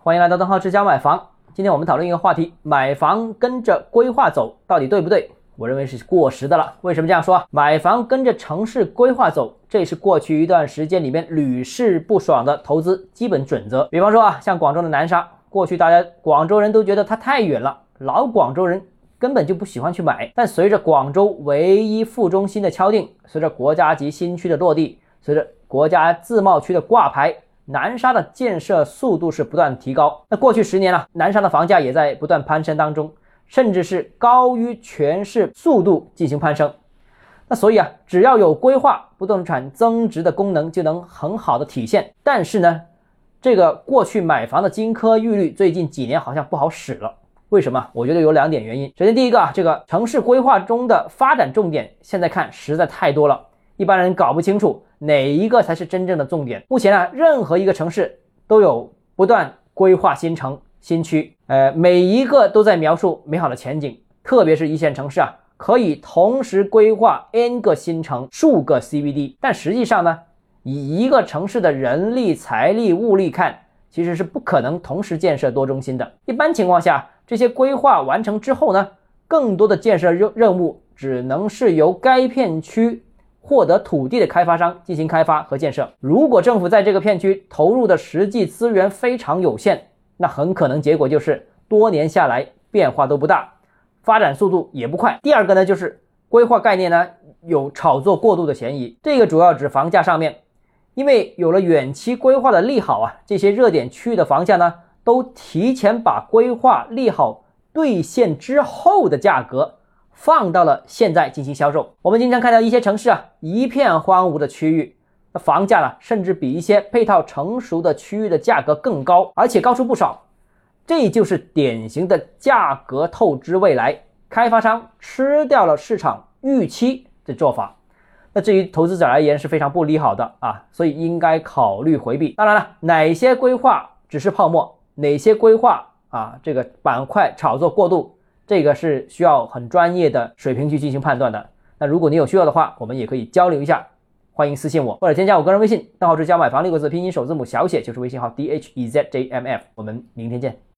欢迎来到邓浩之家买房。今天我们讨论一个话题，买房跟着规划走到底对不对？我认为是过时的了。为什么这样说？买房跟着城市规划走，这是过去一段时间里面屡试不爽的投资基本准则。比方说像广州的南沙，过去大家广州人都觉得它太远了，老广州人根本就不喜欢去买。但随着广州唯一副中心的敲定，随着国家级新区的落地，随着国家自贸区的挂牌，南沙的建设速度是不断提高。那过去10年了，南沙的房价也在不断攀升当中，甚至是高于全市速度进行攀升。那所以只要有规划，不动产增值的功能就能很好的体现。但是呢，这个过去买房的金科玉律最近几年好像不好使了。为什么？我觉得有2点原因。首先第一个这个城市规划中的发展重点现在看实在太多了，一般人搞不清楚哪一个才是真正的重点。目前任何一个城市都有不断规划新城新区，每一个都在描述美好的前景，特别是一线城市可以同时规划 N 个新城数个 CBD。 但实际上呢，以一个城市的人力财力物力看，其实是不可能同时建设多中心的。一般情况下，这些规划完成之后呢，更多的建设任务只能是由该片区获得土地的开发商进行开发和建设。如果政府在这个片区投入的实际资源非常有限，那很可能结果就是多年下来变化都不大，发展速度也不快。第二个呢，就是规划概念呢有炒作过度的嫌疑。这个主要指房价上面，因为有了远期规划的利好这些热点区域的房价呢都提前把规划利好兑现之后的价格放到了现在进行销售。我们经常看到一些城市一片荒芜的区域，房价甚至比一些配套成熟的区域的价格更高，而且高出不少。这就是典型的价格透支未来，开发商吃掉了市场预期的做法。那至于投资者而言是非常不利好的所以应该考虑回避。当然了，哪些规划只是泡沫，哪些规划这个板块炒作过度，这个是需要很专业的水平去进行判断的。那如果你有需要的话，我们也可以交流一下，欢迎私信我或者添加我个人微信，邓浩之家买房6个字拼音首字母小写就是微信号 DHEZJMF。我们明天见。